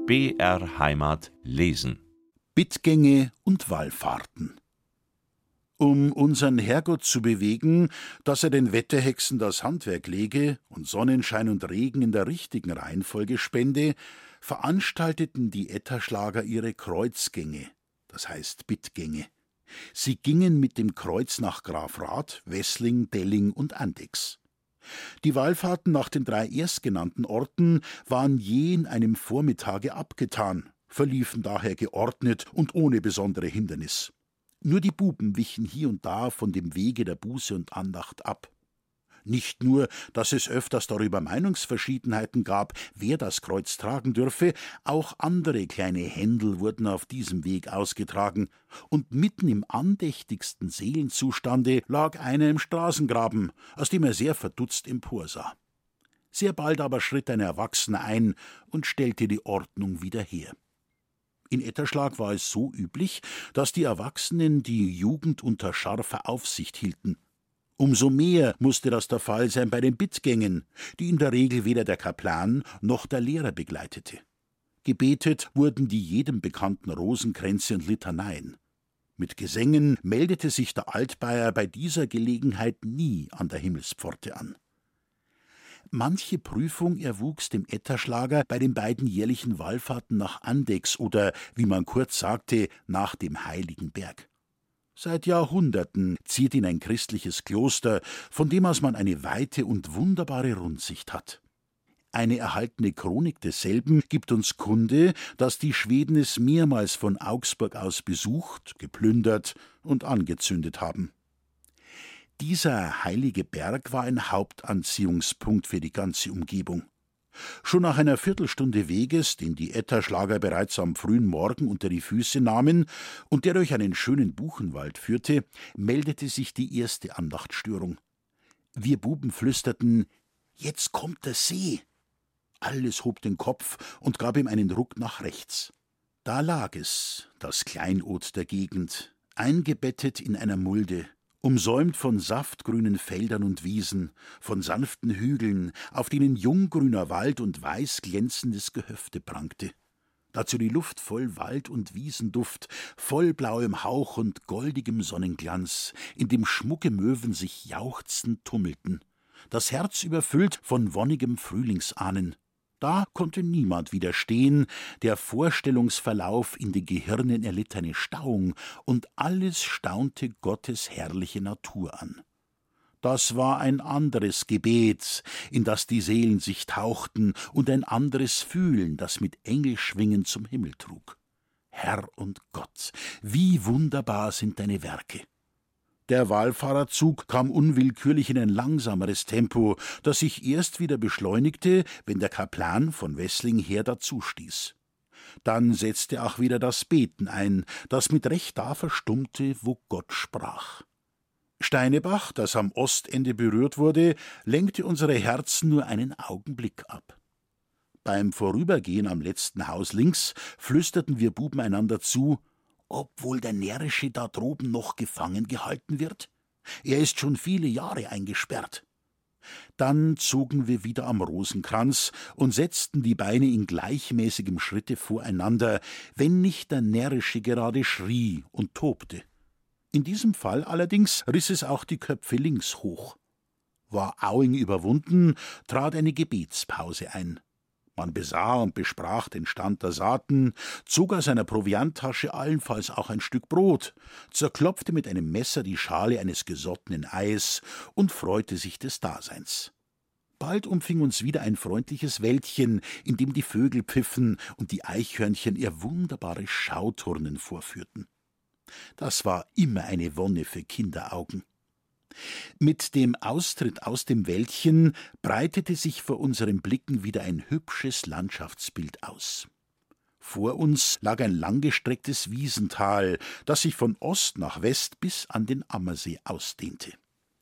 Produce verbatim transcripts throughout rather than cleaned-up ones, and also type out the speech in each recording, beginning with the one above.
B R Heimat lesen. Bittgänge und Wallfahrten. Um unseren Herrgott zu bewegen, dass er den Wetterhexen das Handwerk lege und Sonnenschein und Regen in der richtigen Reihenfolge spende, veranstalteten die Etterschlager ihre Kreuzgänge, das heißt Bittgänge. Sie gingen mit dem Kreuz nach Grafrath, Wessling, Delling und Andechs. Die Wallfahrten nach den drei erstgenannten Orten waren je in einem Vormittage abgetan, verliefen daher geordnet und ohne besondere Hindernis. Nur die Buben wichen hier und da von dem Wege der Buße und Andacht ab. Nicht nur, dass es öfters darüber Meinungsverschiedenheiten gab, wer das Kreuz tragen dürfe, auch andere kleine Händel wurden auf diesem Weg ausgetragen, und mitten im andächtigsten Seelenzustande lag einer im Straßengraben, aus dem er sehr verdutzt emporsah. Sehr bald aber schritt ein Erwachsener ein und stellte die Ordnung wieder her. In Etterschlag war es so üblich, dass die Erwachsenen die Jugend unter scharfer Aufsicht hielten. Umso mehr musste das der Fall sein bei den Bittgängen, die in der Regel weder der Kaplan noch der Lehrer begleitete. Gebetet wurden die jedem bekannten Rosenkränze und Litaneien. Mit Gesängen meldete sich der Altbayer bei dieser Gelegenheit nie an der Himmelspforte an. Manche Prüfung erwuchs dem Etterschlager bei den beiden jährlichen Wallfahrten nach Andechs oder, wie man kurz sagte, nach dem Heiligen Berg. Seit Jahrhunderten zieht ihn ein christliches Kloster, von dem aus man eine weite und wunderbare Rundsicht hat. Eine erhaltene Chronik desselben gibt uns Kunde, dass die Schweden es mehrmals von Augsburg aus besucht, geplündert und angezündet haben. Dieser heilige Berg war ein Hauptanziehungspunkt für die ganze Umgebung. Schon nach einer Viertelstunde Weges, den die Etterschlager bereits am frühen Morgen unter die Füße nahmen und der durch einen schönen Buchenwald führte, meldete sich die erste Andachtsstörung. Wir Buben flüsterten: »Jetzt kommt der See!« Alles hob den Kopf und gab ihm einen Ruck nach rechts. Da lag es, das Kleinod der Gegend, eingebettet in einer Mulde, umsäumt von saftgrünen Feldern und Wiesen, von sanften Hügeln, auf denen junggrüner Wald und weiß glänzendes Gehöfte prangte. Dazu die Luft voll Wald- und Wiesenduft, voll blauem Hauch und goldigem Sonnenglanz, in dem schmucke Möwen sich jauchzend tummelten, das Herz überfüllt von wonnigem Frühlingsahnen. Da konnte niemand widerstehen, der Vorstellungsverlauf in die Gehirnen erlittene Stauung, und alles staunte Gottes herrliche Natur an. Das war ein anderes Gebet, in das die Seelen sich tauchten, und ein anderes Fühlen, das mit Engelschwingen zum Himmel trug. Herr und Gott, wie wunderbar sind deine Werke! Der Wallfahrerzug kam unwillkürlich in ein langsameres Tempo, das sich erst wieder beschleunigte, wenn der Kaplan von Wessling her dazustieß. Dann setzte auch wieder das Beten ein, das mit Recht da verstummte, wo Gott sprach. Steinebach, das am Ostende berührt wurde, lenkte unsere Herzen nur einen Augenblick ab. Beim Vorübergehen am letzten Haus links flüsterten wir Buben einander zu: »Ob wohl der Närrische da droben noch gefangen gehalten wird? Er ist schon viele Jahre eingesperrt.« Dann zogen wir wieder am Rosenkranz und setzten die Beine in gleichmäßigem Schritte voreinander, wenn nicht der Närrische gerade schrie und tobte. In diesem Fall allerdings riss es auch die Köpfe links hoch. War Auing überwunden, trat eine Gebetspause ein. Man besah und besprach den Stand der Saaten, zog aus einer Provianttasche allenfalls auch ein Stück Brot, zerklopfte mit einem Messer die Schale eines gesottenen Eis und freute sich des Daseins. Bald umfing uns wieder ein freundliches Wäldchen, in dem die Vögel pfiffen und die Eichhörnchen ihr wunderbares Schauturnen vorführten. Das war immer eine Wonne für Kinderaugen. Mit dem Austritt aus dem Wäldchen breitete sich vor unseren Blicken wieder ein hübsches Landschaftsbild aus. Vor uns lag ein langgestrecktes Wiesental, das sich von Ost nach West bis an den Ammersee ausdehnte.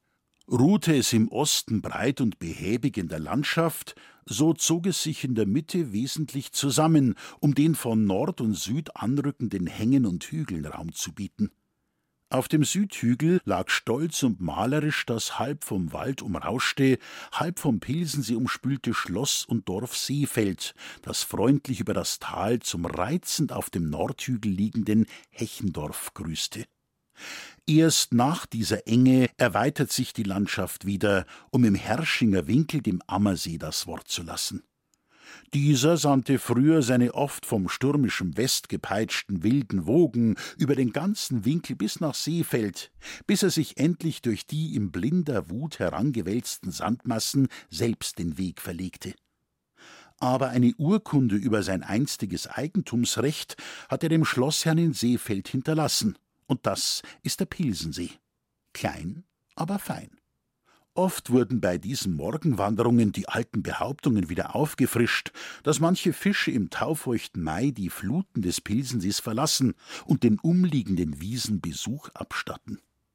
Ruhte es im Osten breit und behäbig in der Landschaft, so zog es sich in der Mitte wesentlich zusammen, um den von Nord und Süd anrückenden Hängen und Hügeln Raum zu bieten. Auf dem Südhügel lag stolz und malerisch das halb vom Wald umrauschte, halb vom Pilsensee umspülte Schloss und Dorf Seefeld, das freundlich über das Tal zum reizend auf dem Nordhügel liegenden Hechendorf grüßte. Erst nach dieser Enge erweitert sich die Landschaft wieder, um im Herrschinger Winkel dem Ammersee das Wort zu lassen. Dieser sandte früher seine oft vom stürmischen West gepeitschten wilden Wogen über den ganzen Winkel bis nach Seefeld, bis er sich endlich durch die in blinder Wut herangewälzten Sandmassen selbst den Weg verlegte. Aber eine Urkunde über sein einstiges Eigentumsrecht hat er dem Schlossherrn in Seefeld hinterlassen, und das ist der Pilsensee. Klein, aber fein. Oft wurden bei diesen Morgenwanderungen die alten Behauptungen wieder aufgefrischt, dass manche Fische im taufeuchten Mai die Fluten des Pilsensees verlassen und den umliegenden Wiesen Besuch abstatten.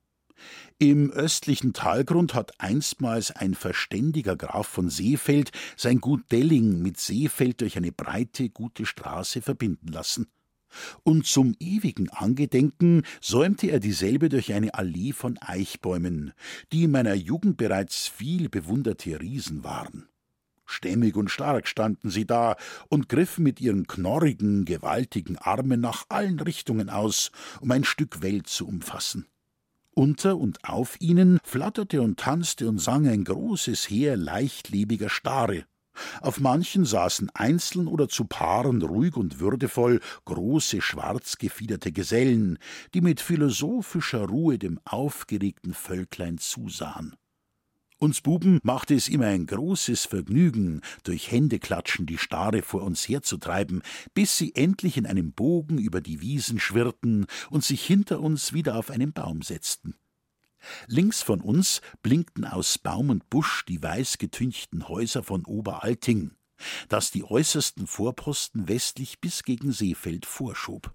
Im östlichen Talgrund hat einstmals ein verständiger Graf von Seefeld sein Gut Delling mit Seefeld durch eine breite, gute Straße verbinden lassen. Und zum ewigen Angedenken säumte er dieselbe durch eine Allee von Eichbäumen, die in meiner Jugend bereits viel bewunderte Riesen waren. Stämmig und stark standen sie da und griffen mit ihren knorrigen, gewaltigen Armen nach allen Richtungen aus, um ein Stück Welt zu umfassen. Unter und auf ihnen flatterte und tanzte und sang ein großes Heer leichtlebiger Stare. Auf manchen saßen einzeln oder zu Paaren ruhig und würdevoll große schwarz gefiederte Gesellen, die mit philosophischer Ruhe dem aufgeregten Völklein zusahen. Uns Buben machte es immer ein großes Vergnügen, durch Händeklatschen die Stare vor uns herzutreiben, bis sie endlich in einem Bogen über die Wiesen schwirrten und sich hinter uns wieder auf einen Baum setzten. Links von uns blinkten aus Baum und Busch die weiß getünchten Häuser von Oberalting, das die äußersten Vorposten westlich bis gegen Seefeld vorschob.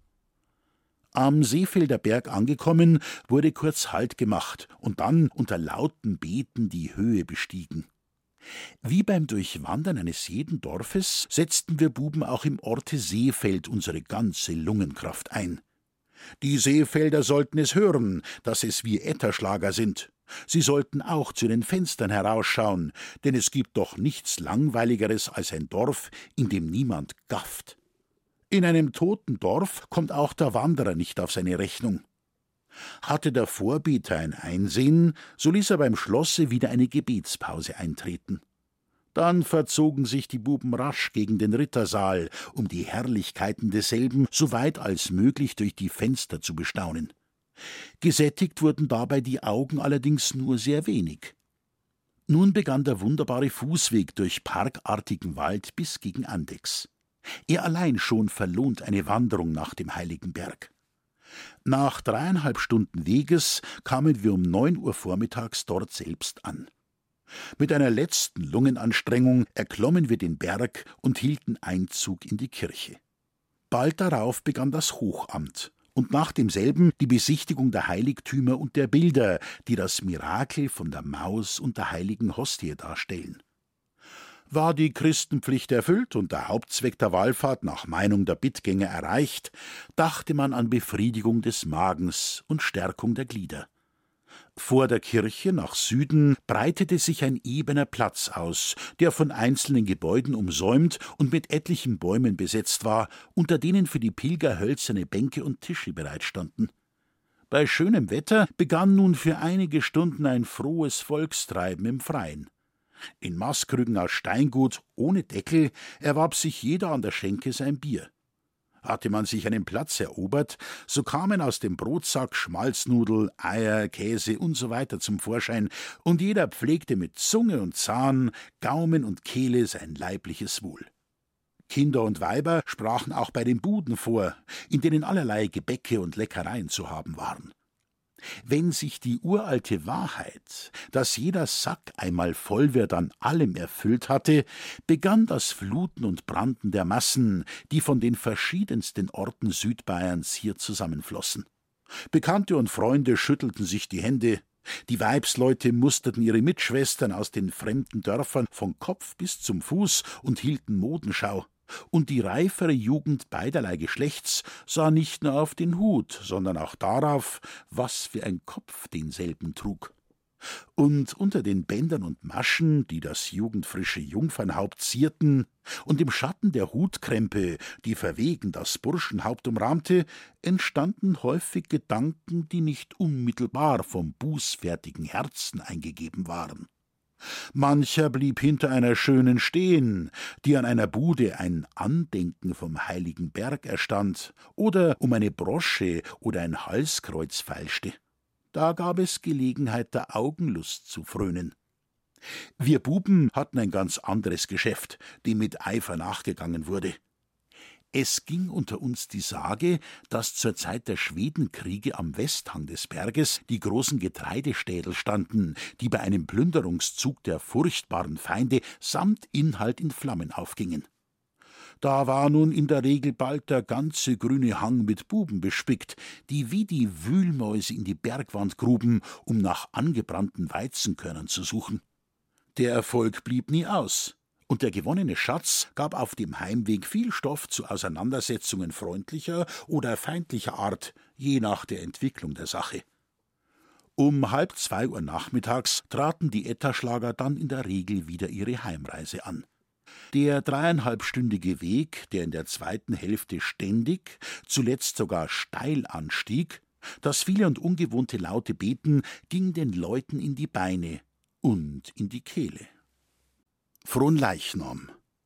Am Seefelder Berg angekommen, wurde kurz Halt gemacht und dann unter lauten Beten die Höhe bestiegen. Wie beim Durchwandern eines jeden Dorfes setzten wir Buben auch im Orte Seefeld unsere ganze Lungenkraft ein. Die Seefelder sollten es hören, dass es wir Etterschlager sind. Sie sollten auch zu den Fenstern herausschauen, denn es gibt doch nichts Langweiligeres als ein Dorf, in dem niemand gafft. In einem toten Dorf kommt auch der Wanderer nicht auf seine Rechnung. Hatte der Vorbeter ein Einsehen, so ließ er beim Schlosse wieder eine Gebetspause eintreten. Dann verzogen sich die Buben rasch gegen den Rittersaal, um die Herrlichkeiten desselben so weit als möglich durch die Fenster zu bestaunen. Gesättigt wurden dabei die Augen allerdings nur sehr wenig. Nun begann der wunderbare Fußweg durch parkartigen Wald bis gegen Andechs. Er allein schon verlohnt eine Wanderung nach dem heiligen Berg. Nach dreieinhalb Stunden Weges kamen wir um neun Uhr vormittags dort selbst an. Mit einer letzten Lungenanstrengung erklommen wir den Berg und hielten Einzug in die Kirche. Bald darauf begann das Hochamt und nach demselben die Besichtigung der Heiligtümer und der Bilder, die das Mirakel von der Maus und der heiligen Hostie darstellen. War die Christenpflicht erfüllt und der Hauptzweck der Wallfahrt nach Meinung der Bittgänger erreicht, dachte man an Befriedigung des Magens und Stärkung der Glieder. Vor der Kirche nach Süden breitete sich ein ebener Platz aus, der von einzelnen Gebäuden umsäumt und mit etlichen Bäumen besetzt war, unter denen für die Pilger hölzerne Bänke und Tische bereitstanden. Bei schönem Wetter begann nun für einige Stunden ein frohes Volkstreiben im Freien. In Maßkrügen aus Steingut ohne Deckel erwarb sich jeder an der Schenke sein Bier. Hatte man sich einen Platz erobert, so kamen aus dem Brotsack Schmalznudel, Eier, Käse usw. zum Vorschein, und jeder pflegte mit Zunge und Zahn, Gaumen und Kehle sein leibliches Wohl. Kinder und Weiber sprachen auch bei den Buden vor, in denen allerlei Gebäcke und Leckereien zu haben waren. Wenn sich die uralte Wahrheit, dass jeder Sack einmal voll wird, an allem erfüllt hatte, begann das Fluten und Branden der Massen, die von den verschiedensten Orten Südbayerns hier zusammenflossen. Bekannte und Freunde schüttelten sich die Hände, die Weibsleute musterten ihre Mitschwestern aus den fremden Dörfern von Kopf bis zum Fuß und hielten Modenschau, Und die reifere Jugend beiderlei Geschlechts sah nicht nur auf den Hut, sondern auch darauf, was für ein Kopf denselben trug. Und unter den Bändern und Maschen, die das jugendfrische Jungfernhaupt zierten, und im Schatten der Hutkrempe, die verwegen das Burschenhaupt umrahmte, entstanden häufig Gedanken, die nicht unmittelbar vom bußfertigen Herzen eingegeben waren. Mancher blieb hinter einer Schönen stehen, die an einer Bude ein Andenken vom heiligen Berg erstand oder um eine Brosche oder ein Halskreuz feilschte. Da gab es Gelegenheit, der Augenlust zu frönen. Wir Buben hatten ein ganz anderes Geschäft, dem mit Eifer nachgegangen wurde. Es ging unter uns die Sage, dass zur Zeit der Schwedenkriege am Westhang des Berges die großen Getreidestädel standen, die bei einem Plünderungszug der furchtbaren Feinde samt Inhalt in Flammen aufgingen. Da war nun in der Regel bald der ganze grüne Hang mit Buben bespickt, die wie die Wühlmäuse in die Bergwand gruben, um nach angebrannten Weizenkörnern zu suchen. Der Erfolg blieb nie aus, und der gewonnene Schatz gab auf dem Heimweg viel Stoff zu Auseinandersetzungen freundlicher oder feindlicher Art, je nach der Entwicklung der Sache. Um halb zwei Uhr nachmittags traten die Etterschlager dann in der Regel wieder ihre Heimreise an. Der dreieinhalbstündige Weg, der in der zweiten Hälfte ständig, zuletzt sogar steil anstieg, das viele und ungewohnte laute Beten ging den Leuten in die Beine und in die Kehle. Fronleichnam.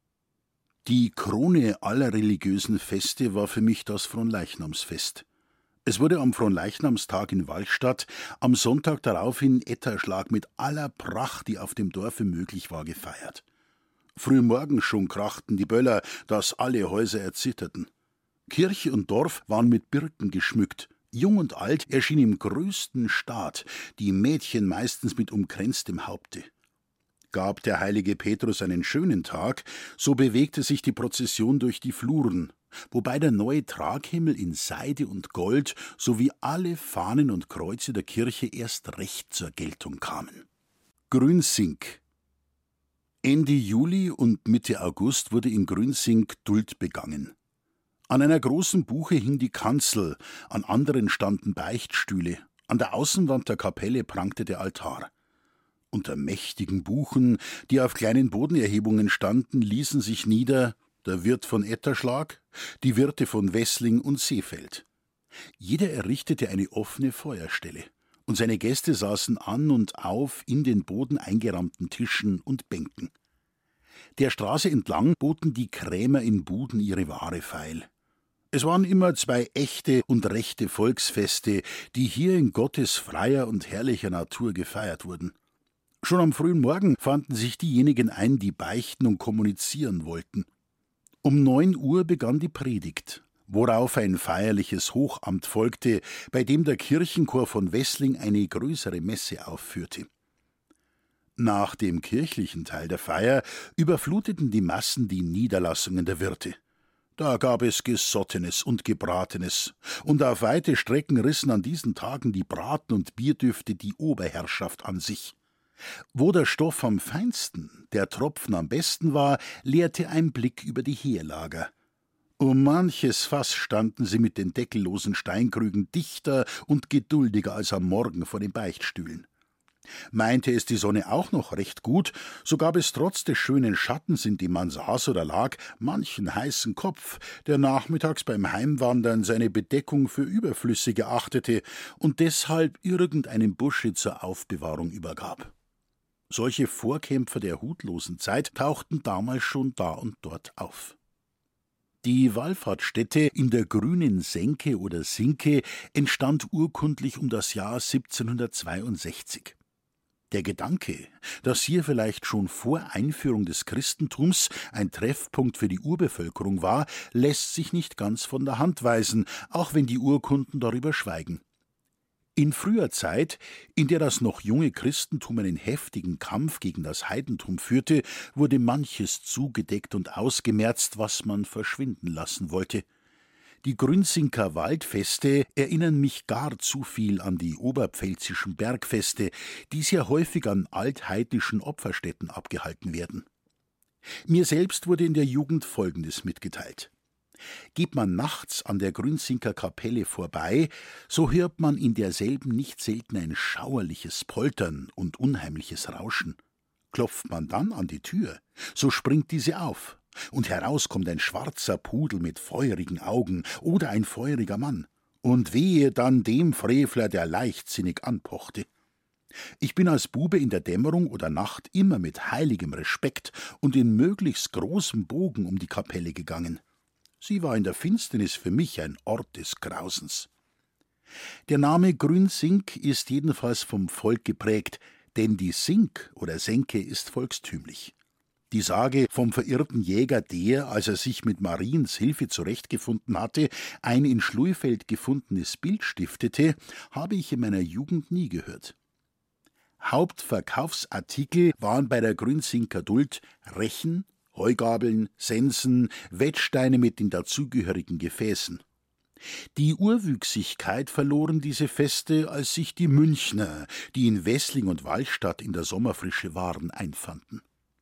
Die Krone aller religiösen Feste war für mich das Fronleichnamsfest. Es wurde am Fronleichnamstag in Wallstadt, am Sonntag daraufhin Etterschlag mit aller Pracht, die auf dem Dorfe möglich war, gefeiert. Frühmorgens schon krachten die Böller, dass alle Häuser erzitterten. Kirche und Dorf waren mit Birken geschmückt. Jung und alt erschien im größten Staat, die Mädchen meistens mit umkränztem Haupte. Gab der heilige Petrus einen schönen Tag, so bewegte sich die Prozession durch die Fluren, wobei der neue Traghimmel in Seide und Gold sowie alle Fahnen und Kreuze der Kirche erst recht zur Geltung kamen. Grünsink. Ende Juli und Mitte August wurde in Grünsink Duld begangen. An einer großen Buche hing die Kanzel, an anderen standen Beichtstühle, an der Außenwand der Kapelle prangte der Altar. Unter mächtigen Buchen, die auf kleinen Bodenerhebungen standen, ließen sich nieder der Wirt von Etterschlag, die Wirte von Wessling und Seefeld. Jeder errichtete eine offene Feuerstelle, und seine Gäste saßen an und auf in den Boden eingerahmten Tischen und Bänken. Der Straße entlang boten die Krämer in Buden ihre Ware feil. Es waren immer zwei echte und rechte Volksfeste, die hier in Gottes freier und herrlicher Natur gefeiert wurden. Schon am frühen Morgen fanden sich diejenigen ein, die beichten und kommunizieren wollten. Um neun Uhr begann die Predigt, worauf ein feierliches Hochamt folgte, bei dem der Kirchenchor von Wessling eine größere Messe aufführte. Nach dem kirchlichen Teil der Feier überfluteten die Massen die Niederlassungen der Wirte. Da gab es Gesottenes und Gebratenes, und auf weite Strecken rissen an diesen Tagen die Braten- und Bierdüfte die Oberherrschaft an sich. Wo der Stoff am feinsten, der Tropfen am besten war, lehrte ein Blick über die Heerlager. Um manches Fass standen sie mit den deckellosen Steinkrügen dichter und geduldiger als am Morgen vor den Beichtstühlen. Meinte es die Sonne auch noch recht gut, so gab es trotz des schönen Schattens, in dem man saß oder lag, manchen heißen Kopf, der nachmittags beim Heimwandern seine Bedeckung für überflüssig erachtete und deshalb irgendeinem Busche zur Aufbewahrung übergab. Solche Vorkämpfer der hutlosen Zeit tauchten damals schon da und dort auf. Die Wallfahrtsstätte in der grünen Senke oder Sinke entstand urkundlich um das Jahr siebzehnhundertzweiundsechzig. Der Gedanke, dass hier vielleicht schon vor Einführung des Christentums ein Treffpunkt für die Urbevölkerung war, lässt sich nicht ganz von der Hand weisen, auch wenn die Urkunden darüber schweigen. In früher Zeit, in der das noch junge Christentum einen heftigen Kampf gegen das Heidentum führte, wurde manches zugedeckt und ausgemerzt, was man verschwinden lassen wollte. Die Grünsinker Waldfeste erinnern mich gar zu viel an die oberpfälzischen Bergfeste, die sehr häufig an altheidnischen Opferstätten abgehalten werden. Mir selbst wurde in der Jugend Folgendes mitgeteilt: Geht man nachts an der Grünsinker Kapelle vorbei, so hört man in derselben nicht selten ein schauerliches Poltern und unheimliches Rauschen. Klopft man dann an die Tür, so springt diese auf, und heraus kommt ein schwarzer Pudel mit feurigen Augen oder ein feuriger Mann, und wehe dann dem Frevler, der leichtsinnig anpochte. Ich bin als Bube in der Dämmerung oder Nacht immer mit heiligem Respekt und in möglichst großem Bogen um die Kapelle gegangen. Sie war in der Finsternis für mich ein Ort des Grausens. Der Name Grünsink ist jedenfalls vom Volk geprägt, denn die Sink oder Senke ist volkstümlich. Die Sage vom verirrten Jäger, der, als er sich mit Mariens Hilfe zurechtgefunden hatte, ein in Schluifeld gefundenes Bild stiftete, habe ich in meiner Jugend nie gehört. Hauptverkaufsartikel waren bei der Grünsinker Duld Rechen, Heugabeln, Sensen, Wettsteine mit den dazugehörigen Gefäßen. Die Urwüchsigkeit verloren diese Feste, als sich die Münchner, die in Wessling und Wallstadt in der Sommerfrische waren, einfanden.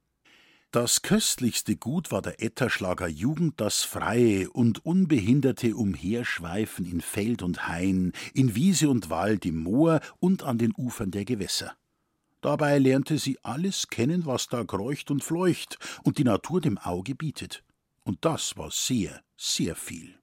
Das köstlichste Gut war der Etterschlager Jugend das freie und unbehinderte Umherschweifen in Feld und Hain, in Wiese und Wald, im Moor und an den Ufern der Gewässer. Dabei lernte sie alles kennen, was da kreucht und fleucht und die Natur dem Auge bietet. Und das war sehr, sehr viel.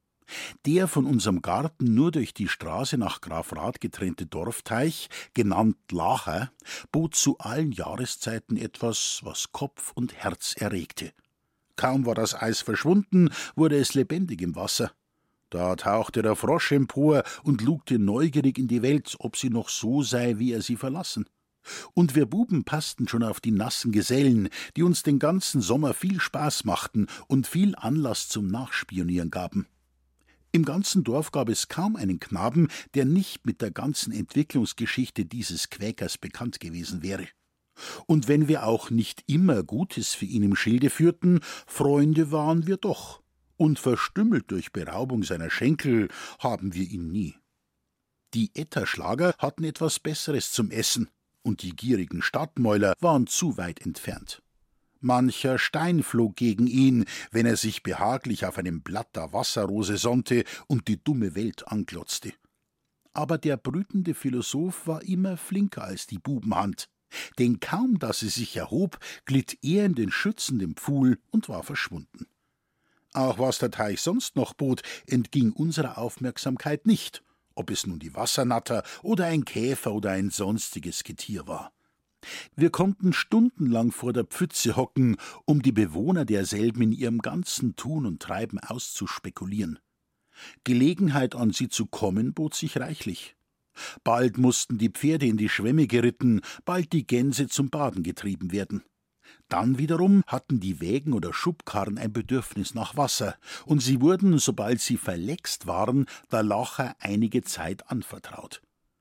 Der von unserem Garten nur durch die Straße nach Grafrath getrennte Dorfteich, genannt Lacher, bot zu allen Jahreszeiten etwas, was Kopf und Herz erregte. Kaum war das Eis verschwunden, wurde es lebendig im Wasser. Da tauchte der Frosch empor und lugte neugierig in die Welt, ob sie noch so sei, wie er sie verlassen. Und wir Buben passten schon auf die nassen Gesellen, die uns den ganzen Sommer viel Spaß machten und viel Anlass zum Nachspionieren gaben. Im ganzen Dorf gab es kaum einen Knaben, der nicht mit der ganzen Entwicklungsgeschichte dieses Quäkers bekannt gewesen wäre. Und wenn wir auch nicht immer Gutes für ihn im Schilde führten, Freunde waren wir doch, und verstümmelt durch Beraubung seiner Schenkel haben wir ihn nie. Die Etterschlager hatten etwas Besseres zum Essen, und die gierigen Stadtmäuler waren zu weit entfernt. Mancher Stein flog gegen ihn, wenn er sich behaglich auf einem Blatt der Wasserrose sonnte und die dumme Welt anglotzte. Aber der brütende Philosoph war immer flinker als die Bubenhand, denn kaum, dass sie sich erhob, glitt er in den schützenden Pfuhl und war verschwunden. Auch was der Teich sonst noch bot, entging unserer Aufmerksamkeit nicht, ob es nun die Wassernatter oder ein Käfer oder ein sonstiges Getier war. Wir konnten stundenlang vor der Pfütze hocken, um die Bewohner derselben in ihrem ganzen Tun und Treiben auszuspekulieren. Gelegenheit, an sie zu kommen, bot sich reichlich. Bald mussten die Pferde in die Schwemme geritten, bald die Gänse zum Baden getrieben werden. Dann wiederum hatten die Wägen oder Schubkarren ein Bedürfnis nach Wasser, und sie wurden, sobald sie verlext waren, der Lacher einige Zeit anvertraut.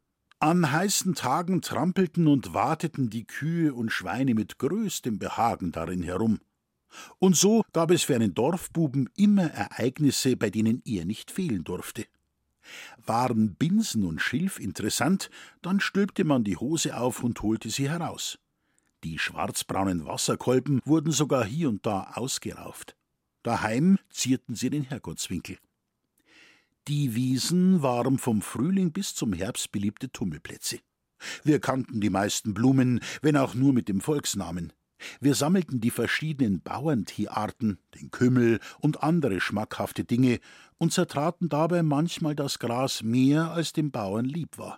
An heißen Tagen trampelten und wateten die Kühe und Schweine mit größtem Behagen darin herum. Und so gab es für einen Dorfbuben immer Ereignisse, bei denen er nicht fehlen durfte. Waren Binsen und Schilf interessant, dann stülpte man die Hose auf und holte sie heraus. Die schwarzbraunen Wasserkolben wurden sogar hier und da ausgerauft. Daheim zierten sie den Herrgottswinkel. Die Wiesen waren vom Frühling bis zum Herbst beliebte Tummelplätze. Wir kannten die meisten Blumen, wenn auch nur mit dem Volksnamen. Wir sammelten die verschiedenen Bauernteearten, den Kümmel und andere schmackhafte Dinge und zertraten dabei manchmal das Gras mehr, als dem Bauern lieb war.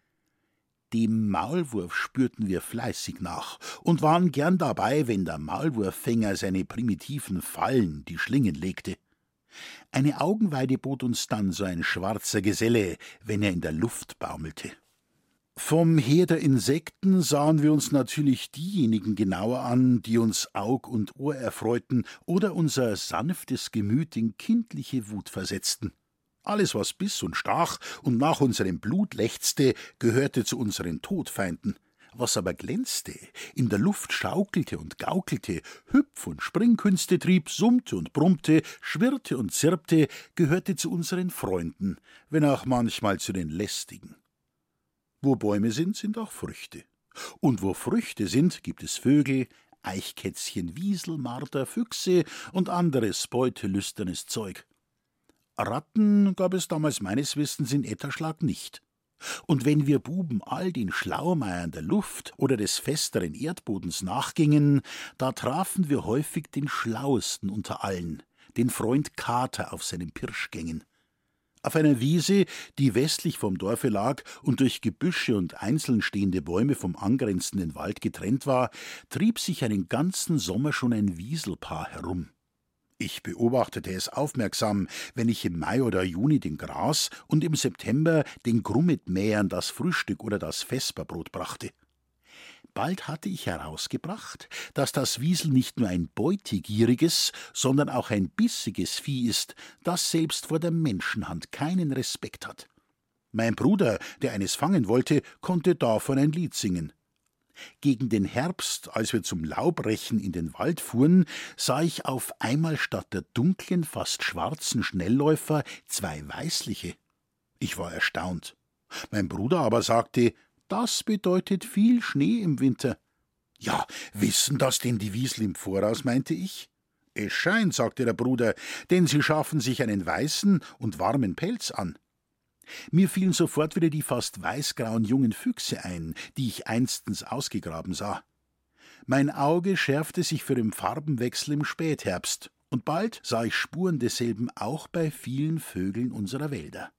Dem Maulwurf spürten wir fleißig nach und waren gern dabei, wenn der Maulwurffänger seine primitiven Fallen, die Schlingen, legte. Eine Augenweide bot uns dann so ein schwarzer Geselle, wenn er in der Luft baumelte. Vom Heer der Insekten sahen wir uns natürlich diejenigen genauer an, die uns Aug und Ohr erfreuten oder unser sanftes Gemüt in kindliche Wut versetzten. Alles, was biss und stach und nach unserem Blut lechzte, gehörte zu unseren Todfeinden. Was aber glänzte, in der Luft schaukelte und gaukelte, Hüpf- und Springkünste trieb, summte und brummte, schwirrte und zirpte, gehörte zu unseren Freunden, wenn auch manchmal zu den lästigen. Wo Bäume sind, sind auch Früchte. Und wo Früchte sind, gibt es Vögel, Eichkätzchen, Wiesel, Marder, Füchse und anderes beutelüsternes Zeug. Ratten gab es damals meines Wissens in Etterschlag nicht. Und wenn wir Buben all den Schlaumeiern der Luft oder des festeren Erdbodens nachgingen, da trafen wir häufig den Schlauesten unter allen, den Freund Kater auf seinen Pirschgängen. Auf einer Wiese, die westlich vom Dorfe lag und durch Gebüsche und einzeln stehende Bäume vom angrenzenden Wald getrennt war, trieb sich einen ganzen Sommer schon ein Wieselpaar herum. Ich beobachtete es aufmerksam, wenn ich im Mai oder Juni den Gras und im September den Grummetmähern das Frühstück oder das Vesperbrot brachte. Bald hatte ich herausgebracht, dass das Wiesel nicht nur ein beutegieriges, sondern auch ein bissiges Vieh ist, das selbst vor der Menschenhand keinen Respekt hat. Mein Bruder, der eines fangen wollte, konnte davon ein Lied singen. Gegen den Herbst, als wir zum Laubrechen in den Wald fuhren, sah ich auf einmal statt der dunklen, fast schwarzen Schnellläufer zwei weißliche. Ich war erstaunt. Mein Bruder aber sagte, das bedeutet viel Schnee im Winter. Ja, wissen das denn die Wiesel im Voraus, meinte ich. Es scheint, sagte der Bruder, denn sie schaffen sich einen weißen und warmen Pelz an. Mir fielen sofort wieder die fast weißgrauen jungen Füchse ein, die ich einstens ausgegraben sah. Mein Auge schärfte sich für den Farbenwechsel im Spätherbst, und bald sah ich Spuren desselben auch bei vielen Vögeln unserer Wälder.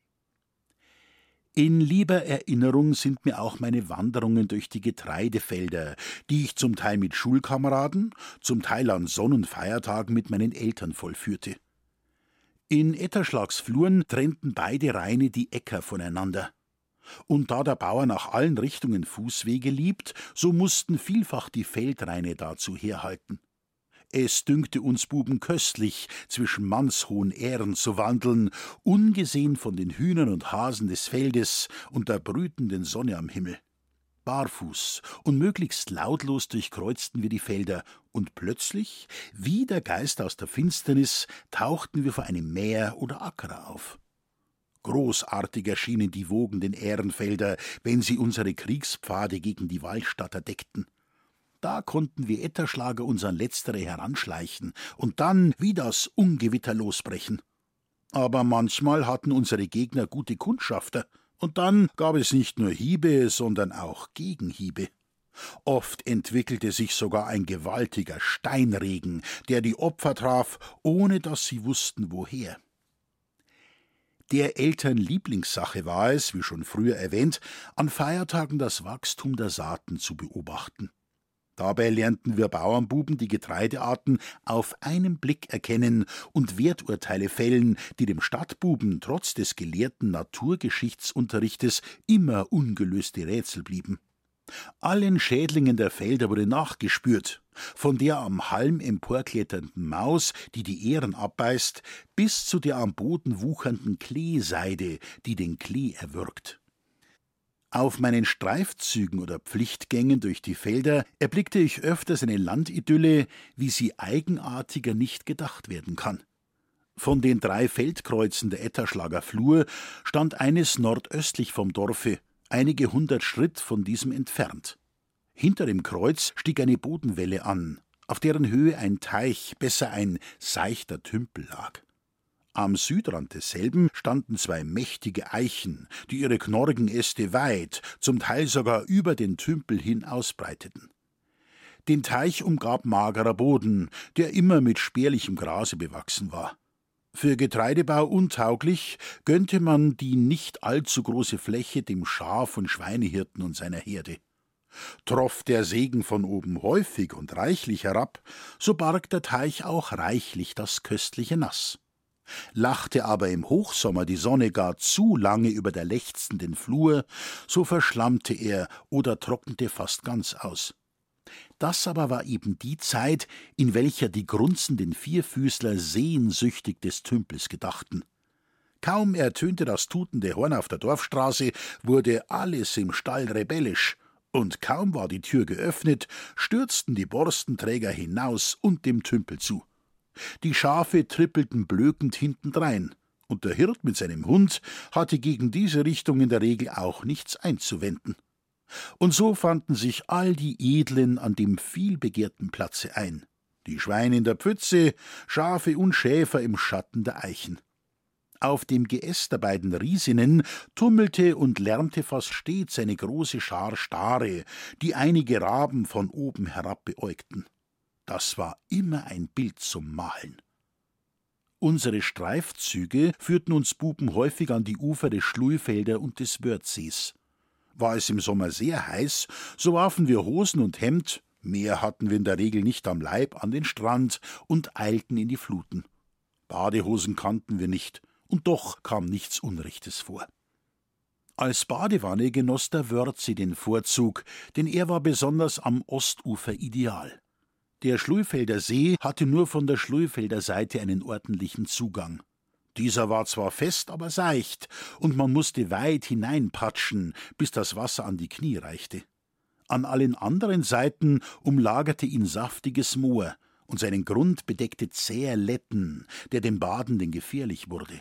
In lieber Erinnerung sind mir auch meine Wanderungen durch die Getreidefelder, die ich zum Teil mit Schulkameraden, zum Teil an Sonn- und Feiertagen mit meinen Eltern vollführte. In Etterschlags Fluren trennten beide Raine die Äcker voneinander. Und da der Bauer nach allen Richtungen Fußwege liebt, so mussten vielfach die Feldraine dazu herhalten. Es dünkte uns Buben köstlich, zwischen mannshohen Ähren zu wandeln, ungesehen von den Hühnern und Hasen des Feldes und der brütenden Sonne am Himmel. Barfuß und möglichst lautlos durchkreuzten wir die Felder, und plötzlich, wie der Geist aus der Finsternis, tauchten wir vor einem Mäher oder Acker auf. Großartig erschienen die wogenden Ährenfelder, wenn sie unsere Kriegspfade gegen die Waldstatter deckten. Da konnten wir Etterschlager unseren Letztere heranschleichen und dann wie das Ungewitter losbrechen. Aber manchmal hatten unsere Gegner gute Kundschafter, und dann gab es nicht nur Hiebe, sondern auch Gegenhiebe. Oft entwickelte sich sogar ein gewaltiger Steinregen, der die Opfer traf, ohne dass sie wussten, woher. Der Eltern Lieblingssache war es, wie schon früher erwähnt, an Feiertagen das Wachstum der Saaten zu beobachten. Dabei lernten wir Bauernbuben die Getreidearten auf einen Blick erkennen und Werturteile fällen, die dem Stadtbuben trotz des gelehrten Naturgeschichtsunterrichtes immer ungelöste Rätsel blieben. Allen Schädlingen der Felder wurde nachgespürt, von der am Halm emporkletternden Maus, die die Ähren abbeißt, bis zu der am Boden wuchernden Kleeseide, die den Klee erwürgt. Auf meinen Streifzügen oder Pflichtgängen durch die Felder erblickte ich öfters eine Landidylle, wie sie eigenartiger nicht gedacht werden kann. Von den drei Feldkreuzen der Etterschlager Flur stand eines nordöstlich vom Dorfe, einige hundert Schritt von diesem entfernt. Hinter dem Kreuz stieg eine Bodenwelle an, auf deren Höhe ein Teich, besser ein seichter Tümpel lag. Am Südrand desselben standen zwei mächtige Eichen, die ihre knorrigen Äste weit, zum Teil sogar über den Tümpel hin ausbreiteten. Den Teich umgab magerer Boden, der immer mit spärlichem Grase bewachsen war. Für Getreidebau untauglich gönnte man die nicht allzu große Fläche dem Schaf- und Schweinehirten und seiner Herde. Troff der Segen von oben häufig und reichlich herab, so barg der Teich auch reichlich das köstliche Nass. Lachte aber im Hochsommer die Sonne gar zu lange über der lechzenden Flur, so verschlammte er oder trocknete fast ganz aus. Das aber war eben die Zeit, in welcher die grunzenden Vierfüßler sehnsüchtig des Tümpels gedachten. Kaum ertönte das tutende Horn auf der Dorfstraße, wurde alles im Stall rebellisch, und kaum war die Tür geöffnet, stürzten die Borstenträger hinaus und dem Tümpel zu. Die Schafe trippelten blökend hintendrein, und der Hirt mit seinem Hund hatte gegen diese Richtung in der Regel auch nichts einzuwenden. Und so fanden sich all die Edlen an dem vielbegehrten Platze ein. Die Schweine in der Pfütze, Schafe und Schäfer im Schatten der Eichen. Auf dem Geäst der beiden Riesinnen tummelte und lärmte fast stets eine große Schar Stare, die einige Raben von oben herab beäugten. Das war immer ein Bild zum Malen. Unsere Streifzüge führten uns Buben häufig an die Ufer des Schluifelder und des Wörthsees. War es im Sommer sehr heiß, so warfen wir Hosen und Hemd, mehr hatten wir in der Regel nicht am Leib, an den Strand und eilten in die Fluten. Badehosen kannten wir nicht, und doch kam nichts Unrechtes vor. Als Badewanne genoss der Wörthsee den Vorzug, denn er war besonders am Ostufer ideal. Der Schluifelder See hatte nur von der Schluifelder Seite einen ordentlichen Zugang. Dieser war zwar fest, aber seicht, und man musste weit hineinpatschen, bis das Wasser an die Knie reichte. An allen anderen Seiten umlagerte ihn saftiges Moor, und seinen Grund bedeckte zäher Letten, der dem Badenden gefährlich wurde.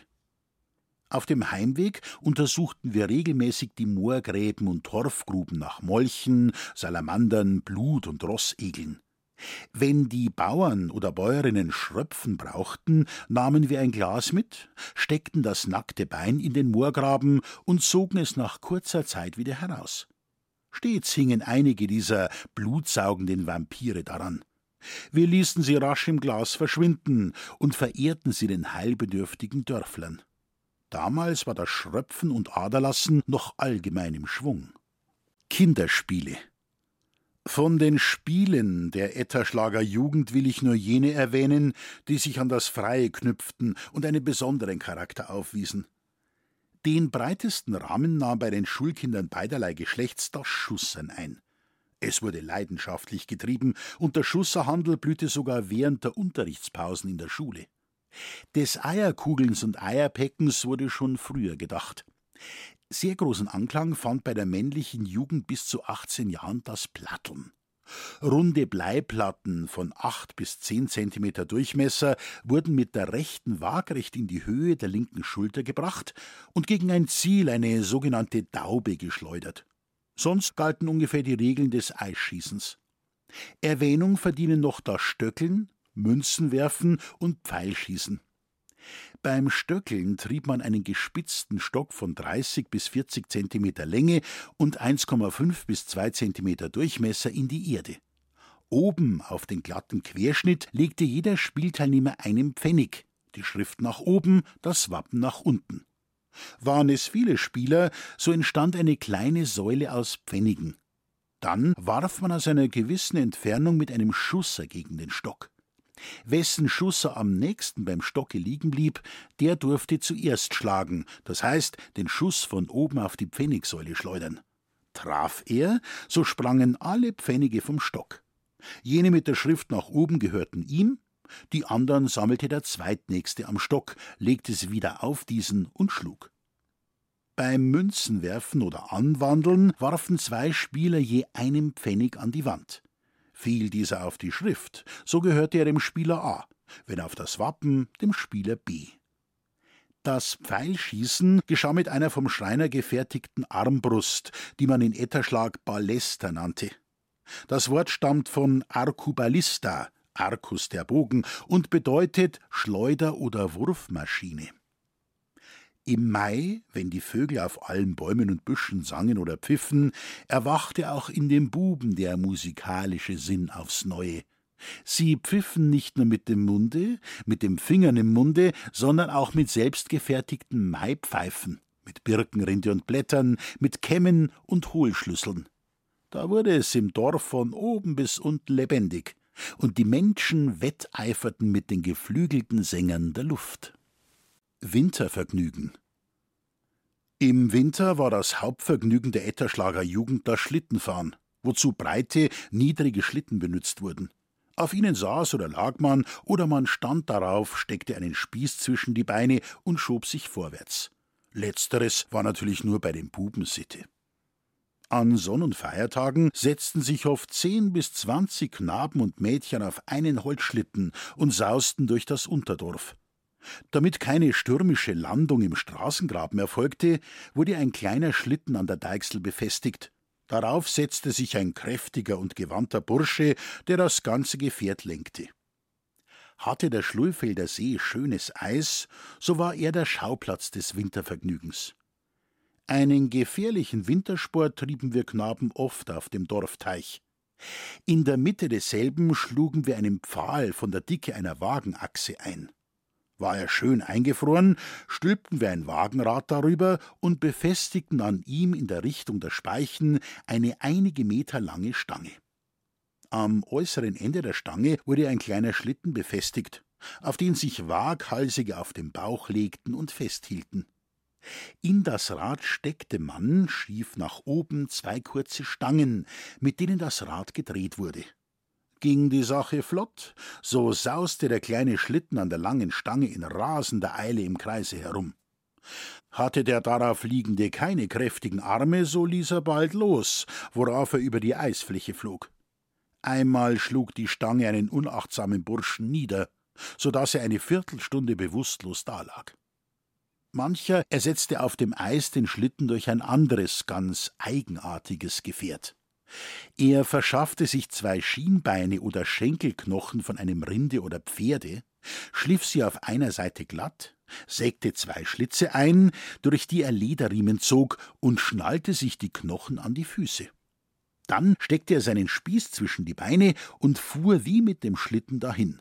Auf dem Heimweg untersuchten wir regelmäßig die Moorgräben und Torfgruben nach Molchen, Salamandern, Blut- und Rossegeln. Wenn die Bauern oder Bäuerinnen Schröpfen brauchten, nahmen wir ein Glas mit, steckten das nackte Bein in den Moorgraben und zogen es nach kurzer Zeit wieder heraus. Stets hingen einige dieser blutsaugenden Vampire daran. Wir ließen sie rasch im Glas verschwinden und verehrten sie den heilbedürftigen Dörflern. Damals war das Schröpfen und Aderlassen noch allgemein im Schwung. Kinderspiele. Von den Spielen der Etterschlager Jugend will ich nur jene erwähnen, die sich an das Freie knüpften und einen besonderen Charakter aufwiesen. Den breitesten Rahmen nahm bei den Schulkindern beiderlei Geschlechts das Schussern ein. Es wurde leidenschaftlich getrieben, und der Schusserhandel blühte sogar während der Unterrichtspausen in der Schule. Des Eierkugelns und Eierpeckens wurde schon früher gedacht. Sehr großen Anklang fand bei der männlichen Jugend bis zu achtzehn Jahren das Platteln. Runde Bleiplatten von acht bis zehn Zentimeter Durchmesser wurden mit der rechten waagrecht in die Höhe der linken Schulter gebracht und gegen ein Ziel, eine sogenannte Daube, geschleudert. Sonst galten ungefähr die Regeln des Eisschießens. Erwähnung verdienen noch das Stöckeln, Münzenwerfen und Pfeilschießen. Beim Stöckeln trieb man einen gespitzten Stock von dreißig bis vierzig Zentimeter Länge und eins Komma fünf bis zwei Zentimeter Durchmesser in die Erde. Oben auf den glatten Querschnitt legte jeder Spielteilnehmer einen Pfennig, die Schrift nach oben, das Wappen nach unten. Waren es viele Spieler, so entstand eine kleine Säule aus Pfennigen. Dann warf man aus einer gewissen Entfernung mit einem Schusser gegen den Stock. Wessen Schusser am nächsten beim Stocke liegen blieb, der durfte zuerst schlagen, das heißt, den Schuss von oben auf die Pfennigsäule schleudern. Traf er, so sprangen alle Pfennige vom Stock. Jene mit der Schrift nach oben gehörten ihm, die anderen sammelte der Zweitnächste am Stock, legte sie wieder auf diesen und schlug. Beim Münzenwerfen oder Anwandeln warfen zwei Spieler je einen Pfennig an die Wand. Fiel dieser auf die Schrift, so gehörte er dem Spieler A, wenn auf das Wappen, dem Spieler B. Das Pfeilschießen geschah mit einer vom Schreiner gefertigten Armbrust, die man in Etterschlag Ballester nannte. Das Wort stammt von Arcuballista, Arcus der Bogen, und bedeutet Schleuder- oder Wurfmaschine. Im Mai, wenn die Vögel auf allen Bäumen und Büschen sangen oder pfiffen, erwachte auch in den Buben der musikalische Sinn aufs Neue. Sie pfiffen nicht nur mit dem Munde, mit den Fingern im Munde, sondern auch mit selbstgefertigten Maipfeifen, mit Birkenrinde und Blättern, mit Kämmen und Hohlschlüsseln. Da wurde es im Dorf von oben bis unten lebendig, und die Menschen wetteiferten mit den geflügelten Sängern der Luft. Wintervergnügen. Im Winter war das Hauptvergnügen der Etterschlager Jugend das Schlittenfahren, wozu breite, niedrige Schlitten benutzt wurden. Auf ihnen saß oder lag man, oder man stand darauf, steckte einen Spieß zwischen die Beine und schob sich vorwärts. Letzteres war natürlich nur bei den Buben Sitte. An Sonn- und Feiertagen setzten sich oft zehn bis zwanzig Knaben und Mädchen auf einen Holzschlitten und sausten durch das Unterdorf. Damit keine stürmische Landung im Straßengraben erfolgte, wurde ein kleiner Schlitten an der Deichsel befestigt. Darauf setzte sich ein kräftiger und gewandter Bursche, der das ganze Gefährt lenkte. Hatte der Schluyfelder See schönes Eis, so war er der Schauplatz des Wintervergnügens. Einen gefährlichen Wintersport trieben wir Knaben oft auf dem Dorfteich. In der Mitte desselben schlugen wir einen Pfahl von der Dicke einer Wagenachse ein. War er schön eingefroren, stülpten wir ein Wagenrad darüber und befestigten an ihm in der Richtung der Speichen eine einige Meter lange Stange. Am äußeren Ende der Stange wurde ein kleiner Schlitten befestigt, auf den sich Waghalsige auf den Bauch legten und festhielten. In das Rad steckte man, schief nach oben, zwei kurze Stangen, mit denen das Rad gedreht wurde. Ging die Sache flott, so sauste der kleine Schlitten an der langen Stange in rasender Eile im Kreise herum. Hatte der darauf liegende keine kräftigen Arme, so ließ er bald los, worauf er über die Eisfläche flog. Einmal schlug die Stange einen unachtsamen Burschen nieder, so daß er eine Viertelstunde bewusstlos dalag. Mancher ersetzte auf dem Eis den Schlitten durch ein anderes, ganz eigenartiges Gefährt. Er verschaffte sich zwei Schienbeine oder Schenkelknochen von einem Rinde oder Pferde, schliff sie auf einer Seite glatt, sägte zwei Schlitze ein, durch die er Lederriemen zog, und schnallte sich die Knochen an die Füße. Dann steckte er seinen Spieß zwischen die Beine und fuhr wie mit dem Schlitten dahin.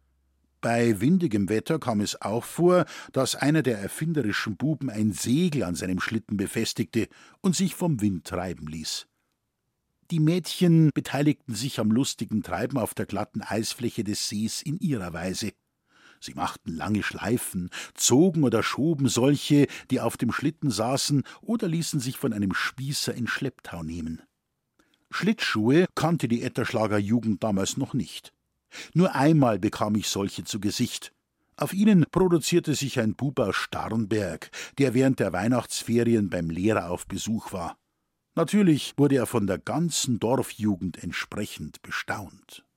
Bei windigem Wetter kam es auch vor, dass einer der erfinderischen Buben ein Segel an seinem Schlitten befestigte und sich vom Wind treiben ließ. Die Mädchen beteiligten sich am lustigen Treiben auf der glatten Eisfläche des Sees in ihrer Weise. Sie machten lange Schleifen, zogen oder schoben solche, die auf dem Schlitten saßen, oder ließen sich von einem Spießer in Schlepptau nehmen. Schlittschuhe kannte die Etterschlager Jugend damals noch nicht. Nur einmal bekam ich solche zu Gesicht. Auf ihnen produzierte sich ein Bub aus Starnberg, der während der Weihnachtsferien beim Lehrer auf Besuch war. Natürlich wurde er von der ganzen Dorfjugend entsprechend bestaunt.